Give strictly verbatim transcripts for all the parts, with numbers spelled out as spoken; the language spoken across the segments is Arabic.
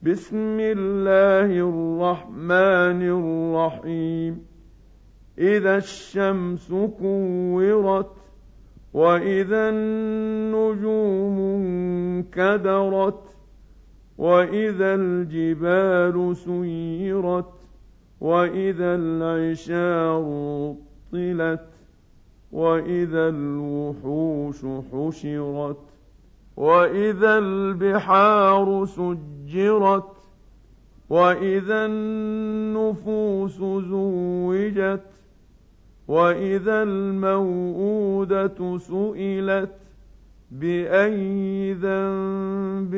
بسم الله الرحمن الرحيم إذا الشمس كورت وإذا النجوم انكدرت وإذا الجبال سيرت وإذا العشار عطلت وإذا الوحوش حشرت وإذا البحار سجرت وإذا النفوس زوجت وإذا الموءودة سئلت بأي ذنب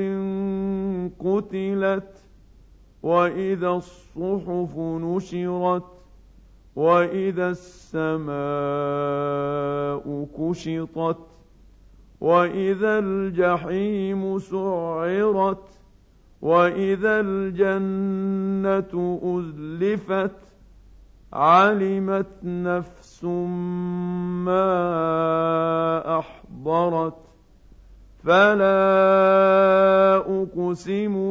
قتلت وإذا الصحف نشرت وإذا السماء كشطت وإذا الجحيم سعرت وإذا الجنة أزلفت علمت نفس ما أحضرت فلا أقسم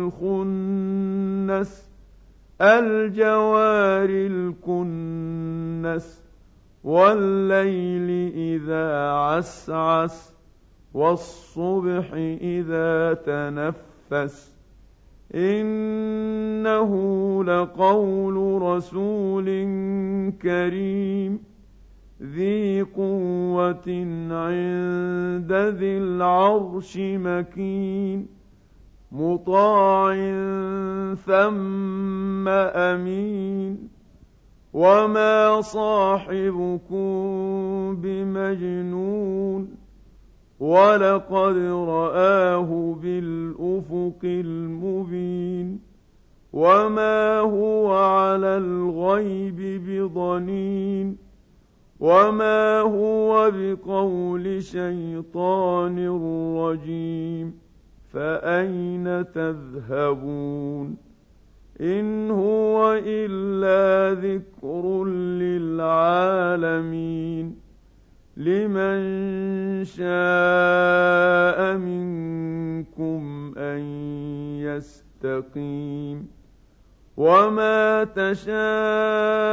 بالخنس الجوار الكنس والليل إذا عسعس والصبح إذا تنفس إنه لقول رسول كريم ذي قوة عند ذي العرش مكين مطاع ثم أمين وما صاحبكم بمجنون ولقد رآه بالأفق المبين وما هو على الغيب بضنين وما هو بقول شيطان رجيم فأين تذهبون إن هو إلا ذكر للعالمين لمن شاء منكم أن يستقيم وما تشاءون